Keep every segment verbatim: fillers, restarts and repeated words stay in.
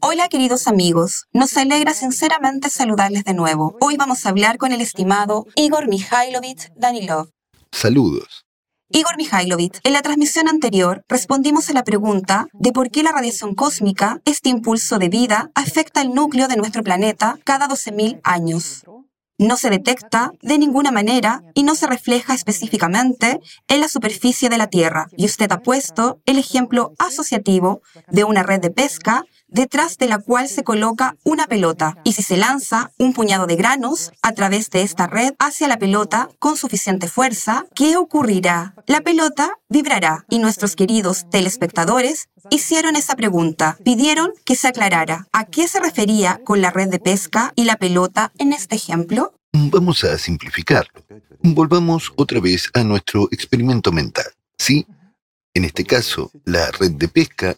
Hola queridos amigos, nos alegra sinceramente saludarles de nuevo. Hoy vamos a hablar con el estimado Igor Mikhailovich Danilov. Saludos. Igor Mikhailovich, en la transmisión anterior respondimos a la pregunta de por qué la radiación cósmica, este impulso de vida, afecta el núcleo de nuestro planeta cada doce mil años. No se detecta de ninguna manera y no se refleja específicamente en la superficie de la Tierra. Y usted ha puesto el ejemplo asociativo de una red de pesca detrás de la cual se coloca una pelota. Y si se lanza un puñado de granos a través de esta red hacia la pelota con suficiente fuerza, ¿qué ocurrirá? La pelota vibrará y nuestros queridos telespectadores hicieron esa pregunta. Pidieron que se aclarara a qué se refería con la red de pesca y la pelota en este ejemplo. Vamos a simplificarlo. Volvamos otra vez a nuestro experimento mental. ¿Sí? En este caso, la red de pesca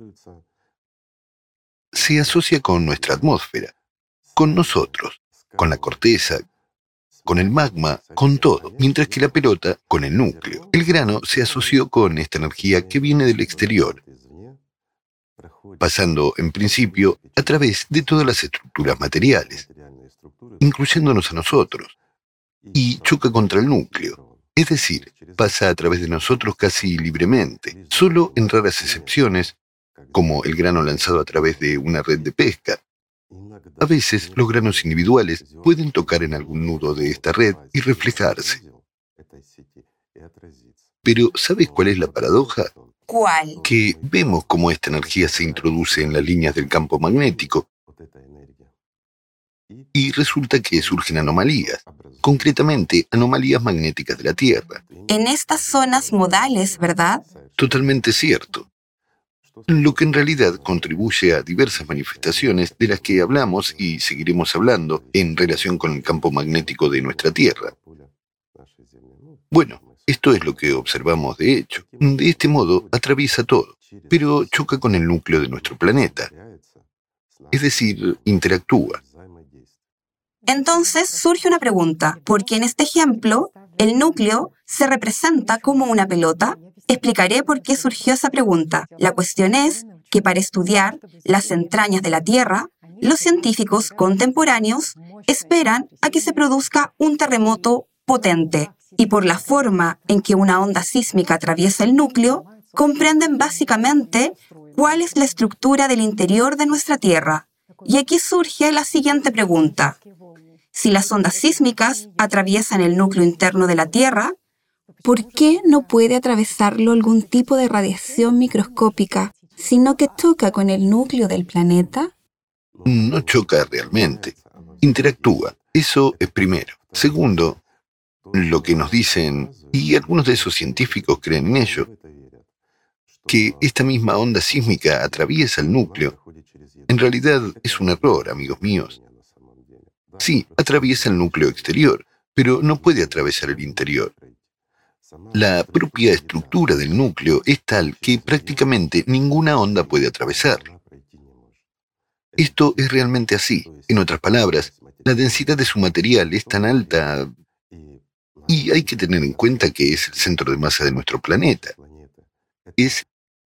se asocia con nuestra atmósfera, con nosotros, con la corteza, con el magma, con todo, mientras que la pelota con el núcleo. El grano se asoció con esta energía que viene del exterior, pasando en principio a través de todas las estructuras materiales, incluyéndonos a nosotros, y choca contra el núcleo. Es decir, pasa a través de nosotros casi libremente, solo en raras excepciones, como el grano lanzado a través de una red de pesca. A veces los granos individuales pueden tocar en algún nudo de esta red y reflejarse. Pero ¿sabes cuál es la paradoja? ¿Cuál? Que vemos cómo esta energía se introduce en las líneas del campo magnético y resulta que surgen anomalías, concretamente anomalías magnéticas de la Tierra. En estas zonas modales, ¿verdad? Totalmente cierto. Lo que en realidad contribuye a diversas manifestaciones de las que hablamos y seguiremos hablando en relación con el campo magnético de nuestra Tierra. Bueno, esto es lo que observamos de hecho. De este modo atraviesa todo, pero choca con el núcleo de nuestro planeta. Es decir, interactúa. Entonces surge una pregunta, porque en este ejemplo, el núcleo se representa como una pelota. Explicaré por qué surgió esa pregunta. La cuestión es que para estudiar las entrañas de la Tierra, los científicos contemporáneos esperan a que se produzca un terremoto potente y por la forma en que una onda sísmica atraviesa el núcleo, comprenden básicamente cuál es la estructura del interior de nuestra Tierra. Y aquí surge la siguiente pregunta. Si las ondas sísmicas atraviesan el núcleo interno de la Tierra, ¿por qué no puede atravesarlo algún tipo de radiación microscópica, sino que toca con el núcleo del planeta? No choca realmente. Interactúa. Eso es primero. Segundo, lo que nos dicen, y algunos de esos científicos creen en ello, que esta misma onda sísmica atraviesa el núcleo, en realidad es un error, amigos míos. Sí, atraviesa el núcleo exterior, pero no puede atravesar el interior. La propia estructura del núcleo es tal que prácticamente ninguna onda puede atravesarlo. Esto es realmente así. En otras palabras, la densidad de su material es tan alta y hay que tener en cuenta que es el centro de masa de nuestro planeta. Es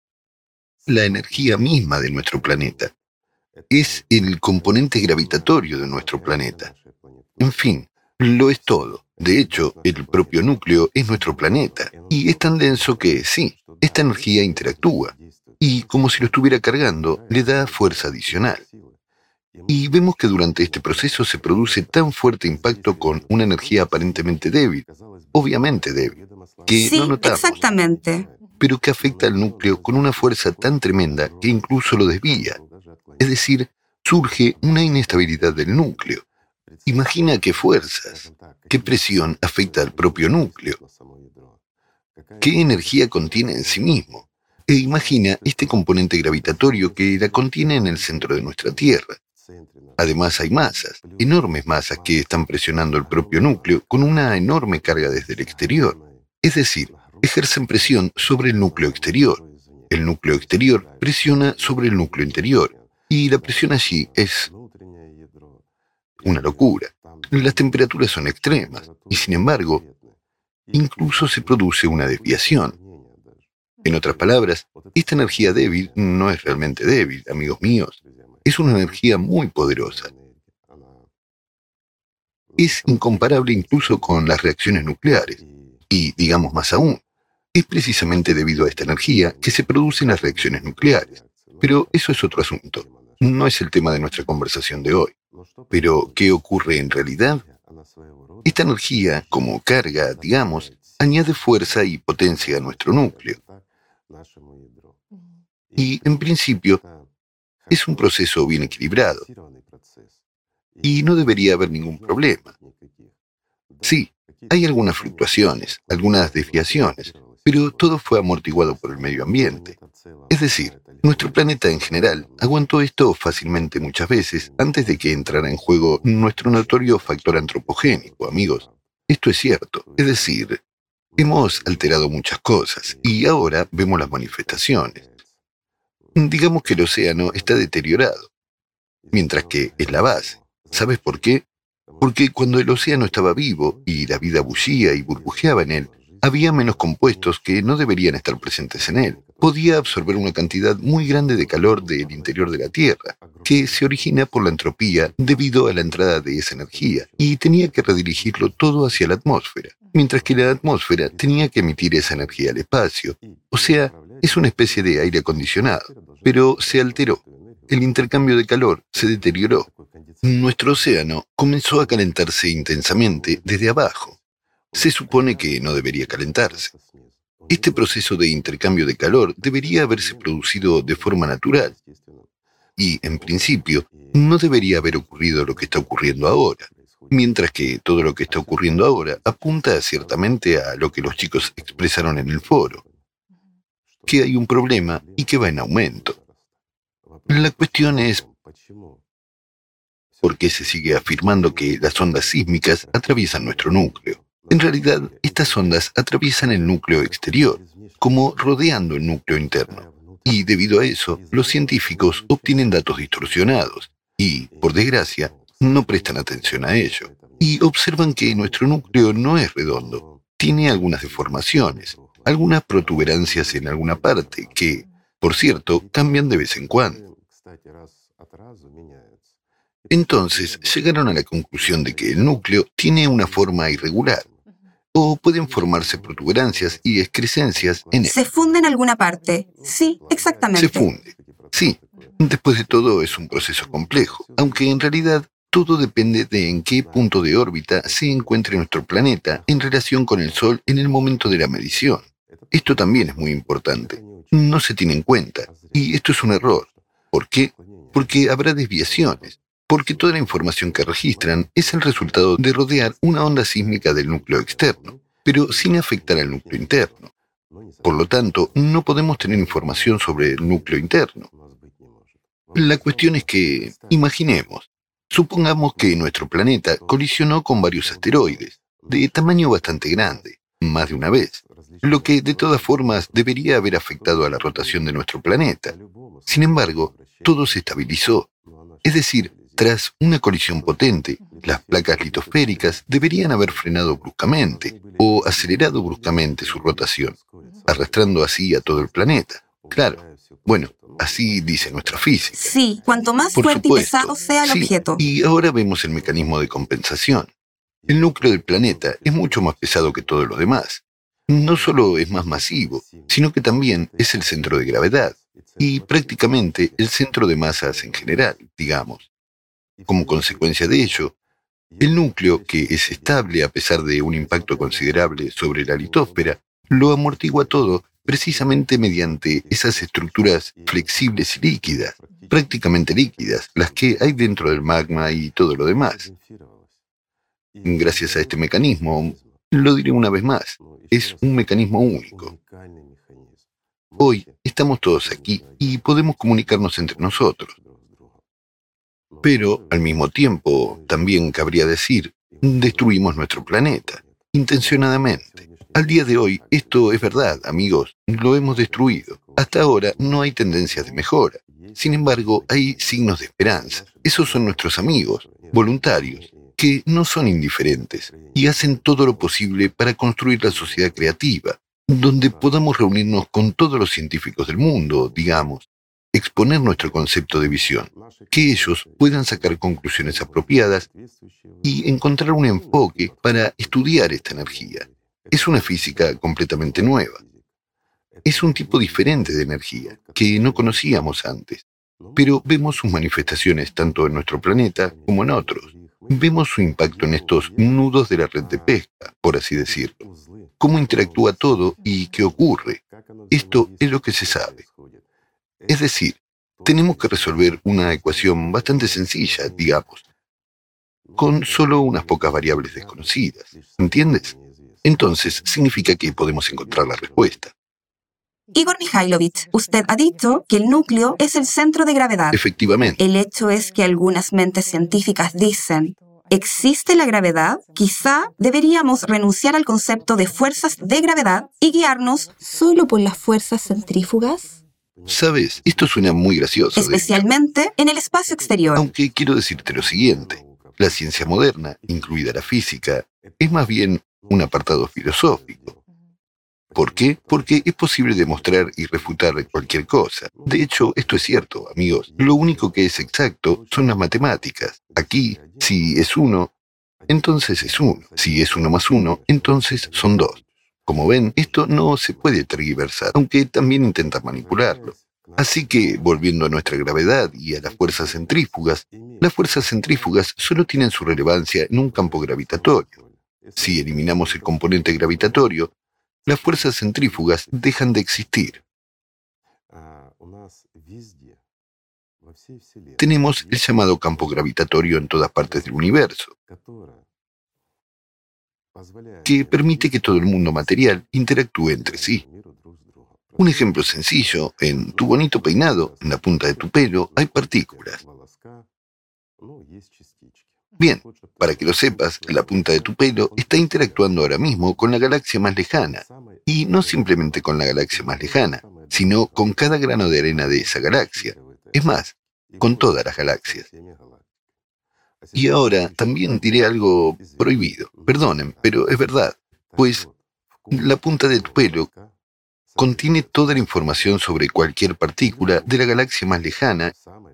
la energía misma de nuestro planeta. Es el componente gravitatorio de nuestro planeta. En fin, lo es todo. De hecho, el propio núcleo es nuestro planeta y es tan denso que, sí, esta energía interactúa y, como si lo estuviera cargando, le da fuerza adicional. Y vemos que durante este proceso se produce tan fuerte impacto con una energía aparentemente débil, obviamente débil, que Sí, no notamos, exactamente. pero que afecta al núcleo con una fuerza tan tremenda que incluso lo desvía. Es decir, surge una inestabilidad del núcleo. Imagina qué fuerzas, qué presión afecta al propio núcleo, qué energía contiene en sí mismo. E imagina este componente gravitatorio que la contiene en el centro de nuestra Tierra. Además hay masas, enormes masas que están presionando el propio núcleo con una enorme carga desde el exterior. Es decir, ejercen presión sobre el núcleo exterior. El núcleo exterior presiona sobre el núcleo interior. Y la presión allí es una locura. Las temperaturas son extremas y, sin embargo, incluso se produce una desviación. En otras palabras, esta energía débil no es realmente débil, amigos míos. Es una energía muy poderosa. Es incomparable incluso con las reacciones nucleares. Y, digamos más aún, es precisamente debido a esta energía que se producen las reacciones nucleares. Pero eso es otro asunto. No es el tema de nuestra conversación de hoy. Pero, ¿qué ocurre en realidad? Esta energía, como carga, digamos, añade fuerza y potencia a nuestro núcleo. Y, en principio, es un proceso bien equilibrado. Y no debería haber ningún problema. Sí, hay algunas fluctuaciones, algunas desviaciones, pero todo fue amortiguado por el medio ambiente. Es decir, nuestro planeta en general aguantó esto fácilmente muchas veces antes de que entrara en juego nuestro notorio factor antropogénico, amigos. Esto es cierto, es decir, hemos alterado muchas cosas y ahora vemos las manifestaciones. Digamos que el océano está deteriorado, mientras que es la base. ¿Sabes por qué? Porque cuando el océano estaba vivo y la vida bullía y burbujeaba en él, había menos compuestos que no deberían estar presentes en él. Podía absorber una cantidad muy grande de calor del interior de la Tierra, que se origina por la entropía debido a la entrada de esa energía, y tenía que redirigirlo todo hacia la atmósfera, mientras que la atmósfera tenía que emitir esa energía al espacio. O sea, es una especie de aire acondicionado, pero se alteró. El intercambio de calor se deterioró. Nuestro océano comenzó a calentarse intensamente desde abajo. Se supone que no debería calentarse. Este proceso de intercambio de calor debería haberse producido de forma natural. Y, en principio, no debería haber ocurrido lo que está ocurriendo ahora. Mientras que todo lo que está ocurriendo ahora apunta ciertamente a lo que los chicos expresaron en el foro. Que hay un problema y que va en aumento. La cuestión es por qué se sigue afirmando que las ondas sísmicas atraviesan nuestro núcleo. En realidad, estas ondas atraviesan el núcleo exterior, como rodeando el núcleo interno. Y debido a eso, los científicos obtienen datos distorsionados y, por desgracia, no prestan atención a ello. Y observan que nuestro núcleo no es redondo. Tiene algunas deformaciones, algunas protuberancias en alguna parte que, por cierto, cambian de vez en cuando. Entonces llegaron a la conclusión de que el núcleo tiene una forma irregular, o pueden formarse protuberancias y excrescencias en él. ¿Se funde en alguna parte? Sí, exactamente. Se funde. Sí, después de todo es un proceso complejo, aunque en realidad todo depende de en qué punto de órbita se encuentre nuestro planeta en relación con el Sol en el momento de la medición. Esto también es muy importante. No se tiene en cuenta, y esto es un error. ¿Por qué? Porque habrá desviaciones. Porque toda la información que registran es el resultado de rodear una onda sísmica del núcleo externo, pero sin afectar al núcleo interno. Por lo tanto, no podemos tener información sobre el núcleo interno. La cuestión es que, imaginemos, supongamos que nuestro planeta colisionó con varios asteroides, de tamaño bastante grande, más de una vez, lo que de todas formas debería haber afectado a la rotación de nuestro planeta. Sin embargo, todo se estabilizó. Es decir, tras una colisión potente, las placas litosféricas deberían haber frenado bruscamente o acelerado bruscamente su rotación, arrastrando así a todo el planeta. Claro, bueno, así dice nuestra física. Sí, cuanto más Por fuerte supuesto, y pesado sea el sí, objeto. Y ahora vemos el mecanismo de compensación. El núcleo del planeta es mucho más pesado que todo lo demás. No solo es más masivo, sino que también es el centro de gravedad y prácticamente el centro de masas en general, digamos. Como consecuencia de ello, el núcleo, que es estable a pesar de un impacto considerable sobre la litosfera, lo amortigua todo precisamente mediante esas estructuras flexibles y líquidas, prácticamente líquidas, las que hay dentro del magma y todo lo demás. Gracias a este mecanismo, lo diré una vez más, es un mecanismo único. Hoy estamos todos aquí y podemos comunicarnos entre nosotros. Pero, al mismo tiempo, también cabría decir, destruimos nuestro planeta, intencionadamente. Al día de hoy, esto es verdad, amigos, lo hemos destruido. Hasta ahora no hay tendencias de mejora. Sin embargo, hay signos de esperanza. Esos son nuestros amigos, voluntarios, que no son indiferentes y hacen todo lo posible para construir la sociedad creativa, donde podamos reunirnos con todos los científicos del mundo, digamos, exponer nuestro concepto de visión. que ellos puedan sacar conclusiones apropiadas y encontrar un enfoque para estudiar esta energía. Es una física completamente nueva. Es un tipo diferente de energía que no conocíamos antes, pero vemos sus manifestaciones tanto en nuestro planeta como en otros. Vemos su impacto en estos nudos de la red de pesca, por así decirlo. Cómo interactúa todo y qué ocurre. Esto es lo que se sabe. Es decir, tenemos que resolver una ecuación bastante sencilla, digamos, con solo unas pocas variables desconocidas. ¿Entiendes? Entonces, significa que podemos encontrar la respuesta. Igor Mikhailovich, usted ha dicho que el núcleo es el centro de gravedad. Efectivamente. El hecho es que algunas mentes científicas dicen, ¿existe la gravedad? Quizá deberíamos renunciar al concepto de fuerzas de gravedad y guiarnos solo por las fuerzas centrífugas. ¿Sabes? Esto suena muy gracioso. Especialmente en el espacio exterior. Aunque quiero decirte lo siguiente. La ciencia moderna, incluida la física, es más bien un apartado filosófico. ¿Por qué? Porque es posible demostrar y refutar cualquier cosa. De hecho, esto es cierto, amigos. Lo único que es exacto son las matemáticas. Aquí, si es uno, entonces es uno. Si es uno más uno, entonces son dos. Como ven, esto no se puede tergiversar, aunque también intentan manipularlo. Así que, volviendo a nuestra gravedad y a las fuerzas centrífugas, las fuerzas centrífugas solo tienen su relevancia en un campo gravitatorio. Si eliminamos el componente gravitatorio, las fuerzas centrífugas dejan de existir. Tenemos el llamado campo gravitatorio en todas partes del universo, que permite que todo el mundo material interactúe entre sí. Un ejemplo sencillo, en tu bonito peinado, en la punta de tu pelo, hay partículas. Bien, para que lo sepas, la punta de tu pelo está interactuando ahora mismo con la galaxia más lejana, y no simplemente con la galaxia más lejana, sino con cada grano de arena de esa galaxia. Es más, con todas las galaxias. Y ahora también diré algo prohibido. Perdonen, pero es verdad, pues la punta de tu pelo contiene toda la información sobre cualquier partícula de la galaxia más lejana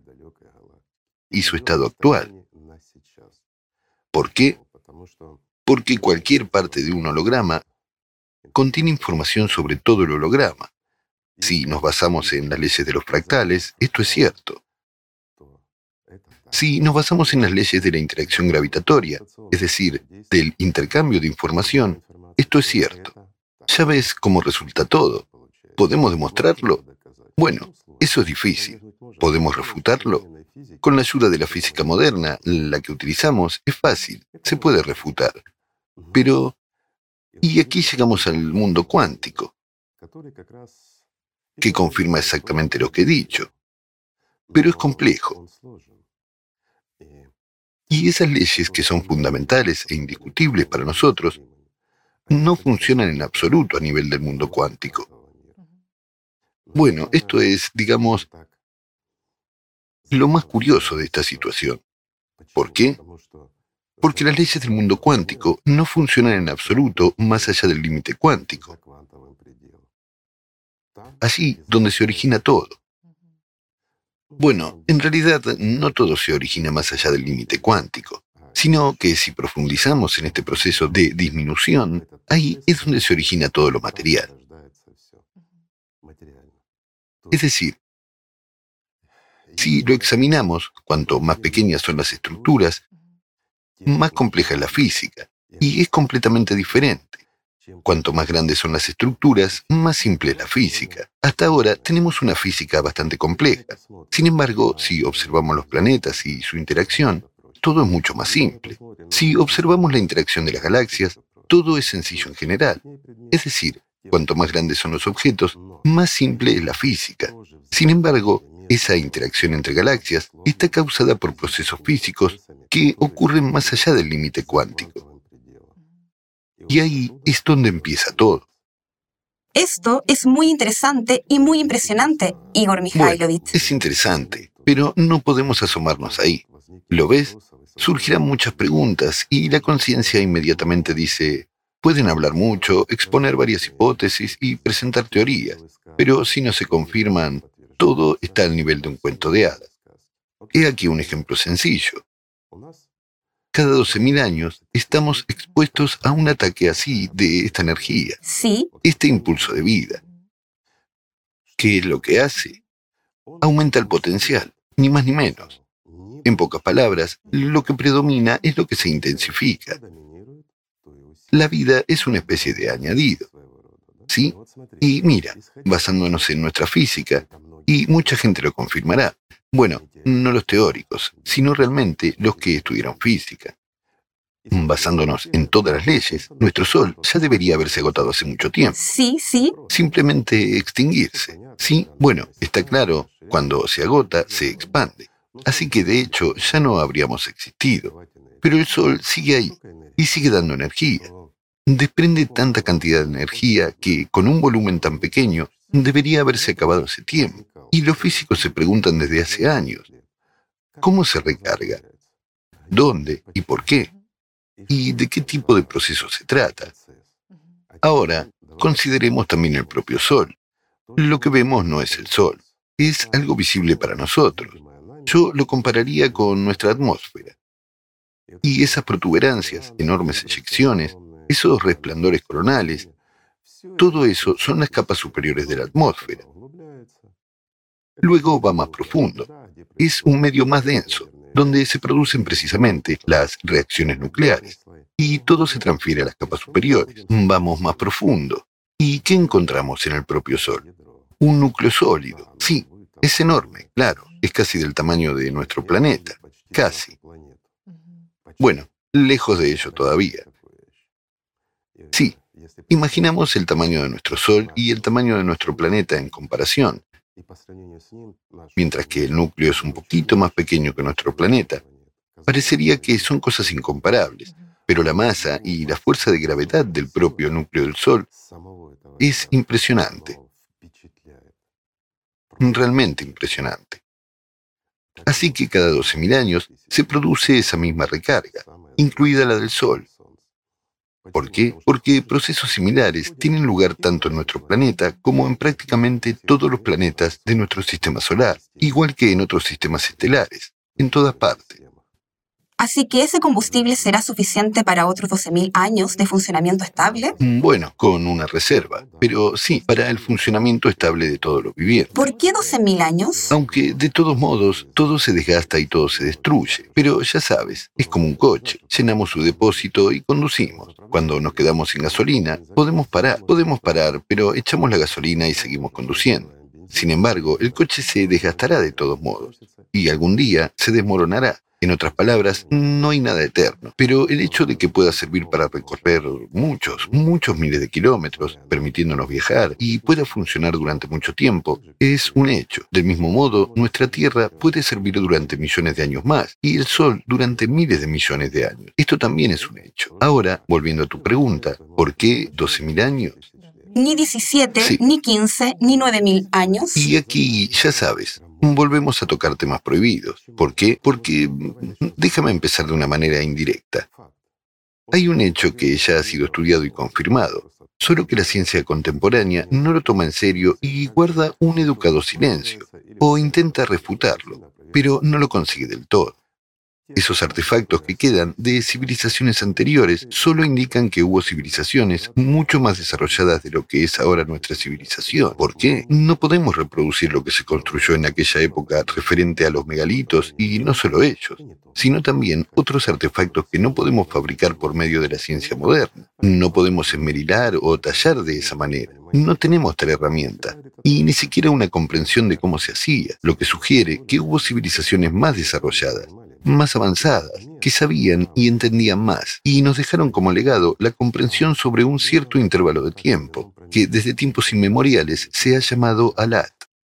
y su estado actual. ¿Por qué? Porque cualquier parte de un holograma contiene información sobre todo el holograma. Si nos basamos en las leyes de los fractales, esto es cierto. Si nos basamos en las leyes de la interacción gravitatoria, es decir, del intercambio de información, esto es cierto. Ya ves cómo resulta todo. ¿Podemos demostrarlo? Bueno, eso es difícil. ¿Podemos refutarlo? Con la ayuda de la física moderna, la que utilizamos, es fácil, se puede refutar. Pero, y aquí llegamos al mundo cuántico, que confirma exactamente lo que he dicho. Pero es complejo. Y esas leyes que son fundamentales e indiscutibles para nosotros, no funcionan en absoluto a nivel del mundo cuántico. Bueno, esto es, digamos, lo más curioso de esta situación. ¿Por qué? Porque las leyes del mundo cuántico no funcionan en absoluto más allá del límite cuántico. Allí donde se origina todo. Bueno, en realidad no todo se origina más allá del límite cuántico, sino que si profundizamos en este proceso de disminución, ahí es donde se origina todo lo material. Es decir, si lo examinamos, cuanto más pequeñas son las estructuras, más compleja es la física, y es completamente diferente. Cuanto más grandes son las estructuras, más simple es la física. Hasta ahora tenemos una física bastante compleja. Sin embargo, si observamos los planetas y su interacción, todo es mucho más simple. Si observamos la interacción de las galaxias, todo es sencillo en general. Es decir, cuanto más grandes son los objetos, más simple es la física. Sin embargo, esa interacción entre galaxias está causada por procesos físicos que ocurren más allá del límite cuántico. Y ahí es donde empieza todo. Esto es muy interesante y muy impresionante, Igor Mikhailovich. Bueno, es interesante, pero no podemos asomarnos ahí. ¿Lo ves? Surgirán muchas preguntas y la conciencia inmediatamente dice, pueden hablar mucho, exponer varias hipótesis y presentar teorías, pero si no se confirman, todo está al nivel de un cuento de hadas. He aquí un ejemplo sencillo. Cada doce mil años estamos expuestos a un ataque así de esta energía, Sí, este impulso de vida. ¿Qué es lo que hace? Aumenta el potencial, ni más ni menos. En pocas palabras, lo que predomina es lo que se intensifica. La vida es una especie de añadido, ¿sí? Y mira, basándonos en nuestra física, y mucha gente lo confirmará, bueno, no los teóricos, sino realmente los que estudiaron física. Basándonos en todas las leyes, nuestro Sol ya debería haberse agotado hace mucho tiempo. sí, sí. Simplemente extinguirse. Sí, bueno, está claro, cuando se agota, se expande. Así que de hecho ya no habríamos existido. Pero el Sol sigue ahí y sigue dando energía. Desprende tanta cantidad de energía que, con un volumen tan pequeño, debería haberse acabado hace tiempo. Y los físicos se preguntan desde hace años, ¿cómo se recarga? ¿Dónde y por qué? ¿Y de qué tipo de proceso se trata? Ahora, consideremos también el propio Sol. Lo que vemos no es el Sol, es algo visible para nosotros. Yo lo compararía con nuestra atmósfera. Y esas protuberancias, enormes eyecciones, esos resplandores coronales, todo eso son las capas superiores de la atmósfera. Luego va más profundo. Es un medio más denso, donde se producen precisamente las reacciones nucleares. Y todo se transfiere a las capas superiores. Vamos más profundo. ¿Y qué encontramos en el propio Sol? Un núcleo sólido. Sí, es enorme, claro. Es casi del tamaño de nuestro planeta. Casi. Bueno, lejos de ello todavía. Sí, imaginamos el tamaño de nuestro Sol y el tamaño de nuestro planeta en comparación. Mientras que el núcleo es un poquito más pequeño que nuestro planeta, parecería que son cosas incomparables, pero la masa y la fuerza de gravedad del propio núcleo del Sol es impresionante. Realmente impresionante. Así que cada doce mil años se produce esa misma recarga, incluida la del Sol. ¿Por qué? Porque procesos similares tienen lugar tanto en nuestro planeta como en prácticamente todos los planetas de nuestro sistema solar, igual que en otros sistemas estelares, en todas partes. Así que ese combustible será suficiente para otros doce mil años de funcionamiento estable. Bueno, con una reserva, pero sí, para el funcionamiento estable de todo lo viviente. ¿Por qué doce mil años? Aunque, de todos modos, todo se desgasta y todo se destruye. Pero ya sabes, es como un coche. Llenamos su depósito y conducimos. Cuando nos quedamos sin gasolina, podemos parar. Podemos parar, pero echamos la gasolina y seguimos conduciendo. Sin embargo, el coche se desgastará de todos modos. Y algún día se desmoronará. En otras palabras, no hay nada eterno, pero el hecho de que pueda servir para recorrer muchos, muchos miles de kilómetros, permitiéndonos viajar, y pueda funcionar durante mucho tiempo, es un hecho. Del mismo modo, nuestra Tierra puede servir durante millones de años más, y el Sol durante miles de millones de años. Esto también es un hecho. Ahora, volviendo a tu pregunta, ¿por qué doce mil años? Ni diecisiete, Sí. ni quince, ni nueve mil años. Y aquí, ya sabes, volvemos a tocar temas prohibidos. ¿Por qué? Porque, déjame empezar de una manera indirecta. Hay un hecho que ya ha sido estudiado y confirmado, solo que la ciencia contemporánea no lo toma en serio y guarda un educado silencio, o intenta refutarlo, pero no lo consigue del todo. Esos artefactos que quedan de civilizaciones anteriores solo indican que hubo civilizaciones mucho más desarrolladas de lo que es ahora nuestra civilización. ¿Por qué? No podemos reproducir lo que se construyó en aquella época referente a los megalitos, y no solo ellos, sino también otros artefactos que no podemos fabricar por medio de la ciencia moderna. No podemos esmerilar o tallar de esa manera. No tenemos tal herramienta, y ni siquiera una comprensión de cómo se hacía, lo que sugiere que hubo civilizaciones más desarrolladas, más avanzadas, que sabían y entendían más, y nos dejaron como legado la comprensión sobre un cierto intervalo de tiempo, que desde tiempos inmemoriales se ha llamado Alat.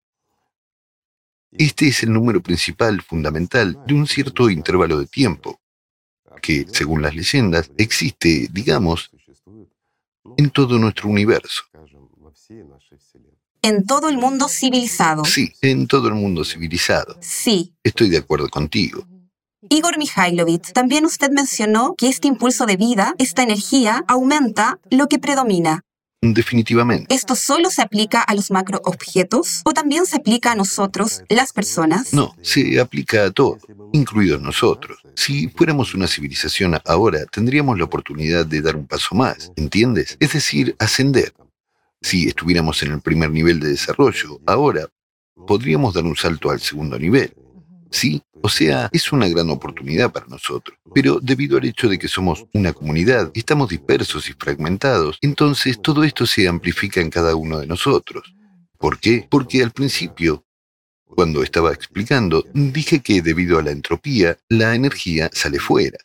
Este es el número principal, fundamental, de un cierto intervalo de tiempo, que, según las leyendas, existe, digamos, en todo nuestro universo. En todo el mundo civilizado. Sí, en todo el mundo civilizado. Sí. Estoy de acuerdo contigo. Igor Mikhailovich, también usted mencionó que este impulso de vida, esta energía, aumenta lo que predomina. Definitivamente. ¿Esto solo se aplica a los macroobjetos o también se aplica a nosotros, las personas? No, se aplica a todo, incluidos nosotros. Si fuéramos una civilización ahora, tendríamos la oportunidad de dar un paso más, ¿entiendes? Es decir, ascender. Si estuviéramos en el primer nivel de desarrollo, ahora podríamos dar un salto al segundo nivel. Sí, o sea, es una gran oportunidad para nosotros. Pero debido al hecho de que somos una comunidad, estamos dispersos y fragmentados, entonces todo esto se amplifica en cada uno de nosotros. ¿Por qué? Porque al principio, cuando estaba explicando, dije que debido a la entropía, la energía sale fuera.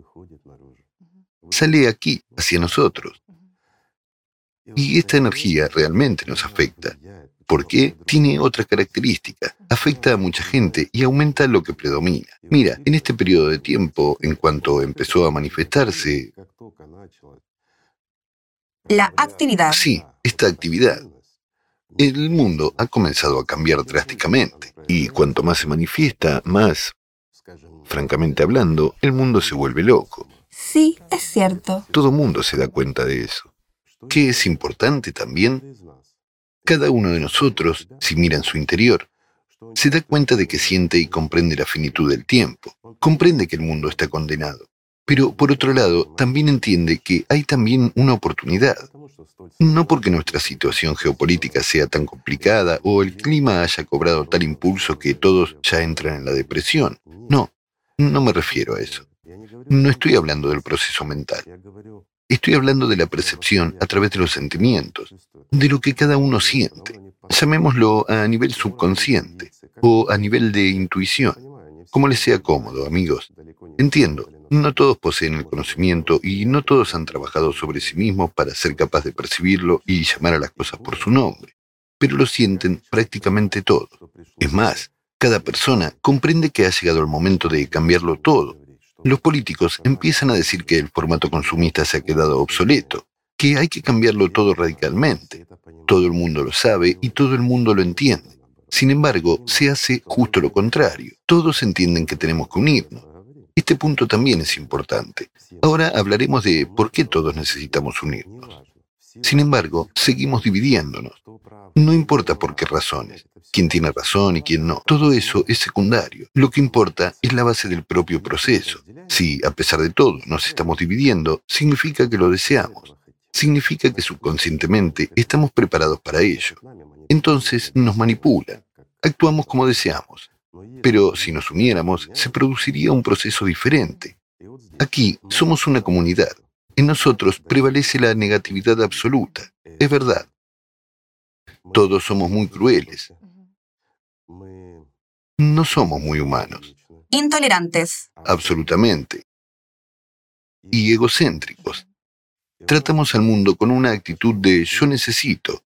Sale aquí, hacia nosotros. Y esta energía realmente nos afecta. ¿Por qué? Tiene otra característica. Afecta a mucha gente y aumenta lo que predomina. Mira, en este periodo de tiempo, en cuanto empezó a manifestarse... La actividad. Sí, esta actividad. El mundo ha comenzado a cambiar drásticamente. Y cuanto más se manifiesta, más, francamente hablando, el mundo se vuelve loco. Sí, es cierto. Todo mundo se da cuenta de eso. ¿Qué es importante también? Cada uno de nosotros, si mira en su interior, se da cuenta de que siente y comprende la finitud del tiempo, comprende que el mundo está condenado. Pero, por otro lado, también entiende que hay también una oportunidad. No porque nuestra situación geopolítica sea tan complicada o el clima haya cobrado tal impulso que todos ya entran en la depresión. No, no me refiero a eso. No estoy hablando del proceso mental. Estoy hablando de la percepción a través de los sentimientos, de lo que cada uno siente. Llamémoslo a nivel subconsciente o a nivel de intuición, como les sea cómodo, amigos. Entiendo, no todos poseen el conocimiento y no todos han trabajado sobre sí mismos para ser capaz de percibirlo y llamar a las cosas por su nombre, pero lo sienten prácticamente todo. Es más, cada persona comprende que ha llegado el momento de cambiarlo todo. Los políticos empiezan a decir que el formato consumista se ha quedado obsoleto, que hay que cambiarlo todo radicalmente. Todo el mundo lo sabe y todo el mundo lo entiende. Sin embargo, se hace justo lo contrario. Todos entienden que tenemos que unirnos. Este punto también es importante. Ahora hablaremos de por qué todos necesitamos unirnos. Sin embargo, seguimos dividiéndonos. No importa por qué razones, quién tiene razón y quién no. Todo eso es secundario. Lo que importa es la base del propio proceso. Si, a pesar de todo, nos estamos dividiendo, significa que lo deseamos. Significa que subconscientemente estamos preparados para ello. Entonces nos manipulan. Actuamos como deseamos. Pero si nos uniéramos, se produciría un proceso diferente. Aquí somos una comunidad. En nosotros prevalece la negatividad absoluta. Es verdad. Todos somos muy crueles. No somos muy humanos. Intolerantes. Absolutamente. Y egocéntricos. Tratamos al mundo con una actitud de yo necesito.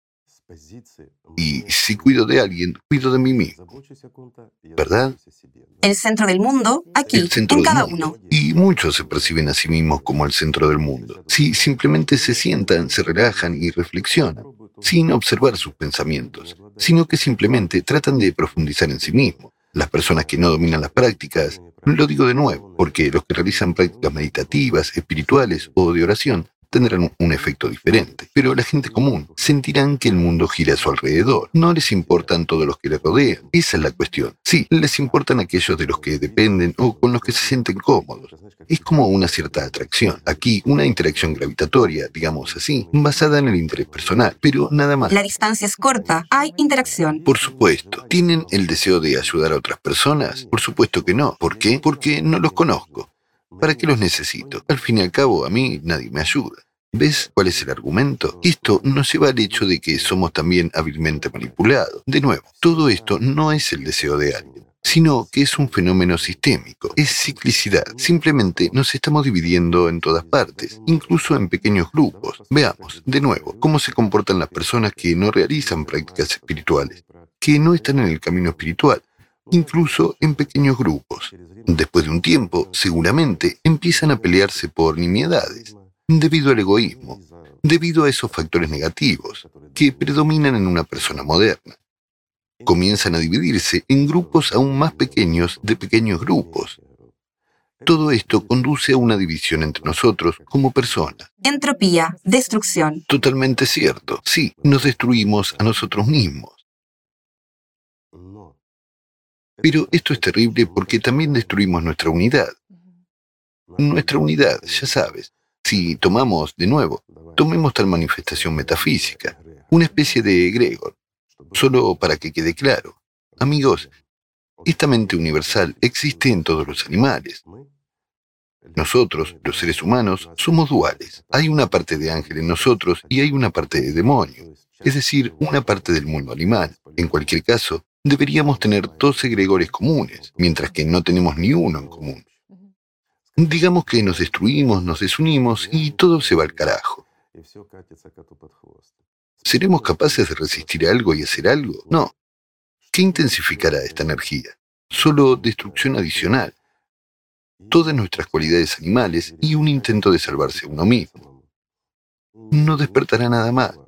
Y si cuido de alguien, cuido de mí mismo. ¿Verdad? El centro del mundo, aquí, El centro en del cada mundo. uno. Y muchos se perciben a sí mismos como el centro del mundo. Si simplemente se sientan, se relajan y reflexionan, sin observar sus pensamientos, sino que simplemente tratan de profundizar en sí mismos. Las personas que no dominan las prácticas, lo digo de nuevo, porque los que realizan prácticas meditativas, espirituales o de oración, tendrán un efecto diferente. Pero la gente común sentirán que el mundo gira a su alrededor. No les importan todos los que les rodean. Esa es la cuestión. Sí, les importan aquellos de los que dependen o con los que se sienten cómodos. Es como una cierta atracción. Aquí, una interacción gravitatoria, digamos así, basada en el interés personal, pero nada más. La distancia es corta, hay interacción. Por supuesto. ¿Tienen el deseo de ayudar a otras personas? Por supuesto que no. ¿Por qué? Porque no los conozco. ¿Para qué los necesito? Al fin y al cabo, a mí nadie me ayuda. ¿Ves cuál es el argumento? Esto nos lleva al hecho de que somos también hábilmente manipulados. De nuevo, todo esto no es el deseo de alguien, sino que es un fenómeno sistémico. Es ciclicidad. Simplemente nos estamos dividiendo en todas partes, incluso en pequeños grupos. Veamos, de nuevo, cómo se comportan las personas que no realizan prácticas espirituales, que no están en el camino espiritual, incluso en pequeños grupos. Después de un tiempo, seguramente, empiezan a pelearse por nimiedades, debido al egoísmo, debido a esos factores negativos que predominan en una persona moderna. Comienzan a dividirse en grupos aún más pequeños de pequeños grupos. Todo esto conduce a una división entre nosotros como personas. Entropía, destrucción. Totalmente cierto. Sí, nos destruimos a nosotros mismos. Pero esto es terrible porque también destruimos nuestra unidad. Nuestra unidad, ya sabes. Si tomamos, de nuevo, tomemos tal manifestación metafísica, una especie de egregor, solo para que quede claro. Amigos, esta mente universal existe en todos los animales. Nosotros, los seres humanos, somos duales. Hay una parte de ángel en nosotros y hay una parte de demonio, es decir, una parte del mundo animal. En cualquier caso, deberíamos tener dos egregores comunes, mientras que no tenemos ni uno en común. Digamos que nos destruimos, nos desunimos y todo se va al carajo. ¿Seremos capaces de resistir algo y hacer algo? No. ¿Qué intensificará esta energía? Solo destrucción adicional. Todas nuestras cualidades animales y un intento de salvarse a uno mismo. No despertará nada más.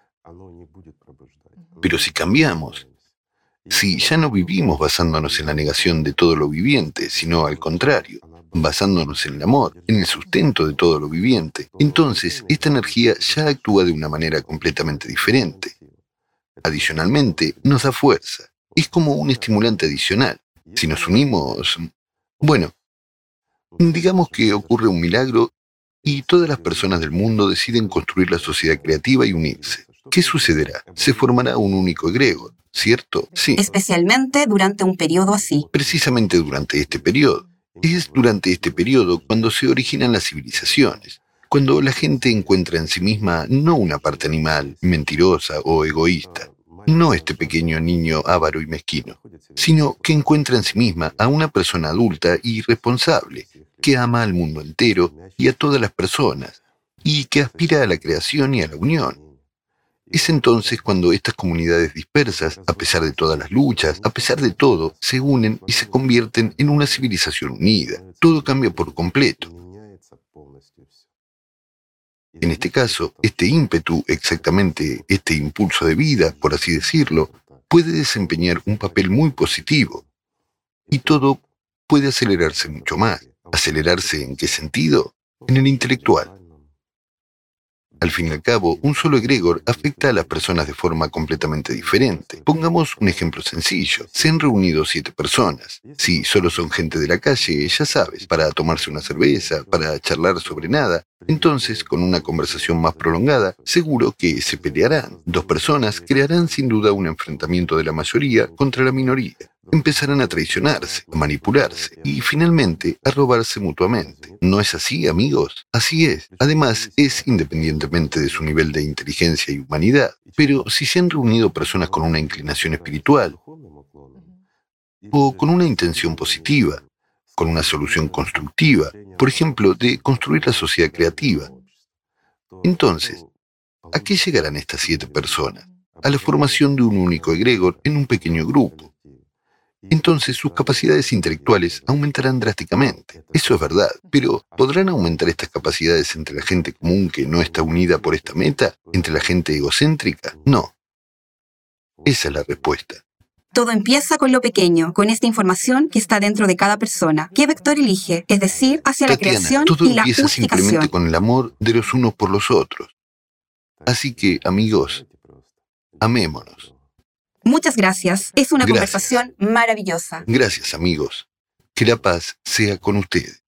Pero si cambiamos, si ya no vivimos basándonos en la negación de todo lo viviente, sino al contrario, basándonos en el amor, en el sustento de todo lo viviente, entonces esta energía ya actúa de una manera completamente diferente. Adicionalmente, nos da fuerza. Es como un estimulante adicional. Si nos unimos, bueno, digamos que ocurre un milagro y todas las personas del mundo deciden construir la sociedad creativa y unirse. ¿Qué sucederá? Se formará un único egregor, ¿cierto? Sí. Especialmente durante un periodo así. Precisamente durante este periodo. Es durante este periodo cuando se originan las civilizaciones, cuando la gente encuentra en sí misma no una parte animal, mentirosa o egoísta, no este pequeño niño avaro y mezquino, sino que encuentra en sí misma a una persona adulta y responsable, que ama al mundo entero y a todas las personas, y que aspira a la creación y a la unión. Es entonces cuando estas comunidades dispersas, a pesar de todas las luchas, a pesar de todo, se unen y se convierten en una civilización unida. Todo cambia por completo. En este caso, este ímpetu, exactamente este impulso de vida, por así decirlo, puede desempeñar un papel muy positivo. Y todo puede acelerarse mucho más. ¿Acelerarse en qué sentido? En el intelectual. Al fin y al cabo, un solo egregor afecta a las personas de forma completamente diferente. Pongamos un ejemplo sencillo. Se han reunido siete personas. Si solo son gente de la calle, ya sabes, para tomarse una cerveza, para charlar sobre nada, entonces, con una conversación más prolongada, seguro que se pelearán. Dos personas crearán sin duda un enfrentamiento de la mayoría contra la minoría. Empezarán a traicionarse, a manipularse y finalmente a robarse mutuamente. ¿No es así, amigos? Así es. Además, es independientemente de su nivel de inteligencia y humanidad. Pero si se han reunido personas con una inclinación espiritual o con una intención positiva, con una solución constructiva, por ejemplo, de construir la sociedad creativa, entonces, ¿a qué llegarán estas siete personas? A la formación de un único egregor en un pequeño grupo. Entonces sus capacidades intelectuales aumentarán drásticamente. Eso es verdad, pero ¿podrán aumentar estas capacidades entre la gente común que no está unida por esta meta? ¿Entre la gente egocéntrica? No. Esa es la respuesta. Todo empieza con lo pequeño, con esta información que está dentro de cada persona. ¿Qué vector elige? Es decir, hacia Tatiana, la creación todo y la empieza simplemente unificación. con el amor de los unos por los otros. Así que, amigos, amémonos. Muchas gracias. Es una Gracias. conversación maravillosa. Gracias, amigos. Que la paz sea con ustedes.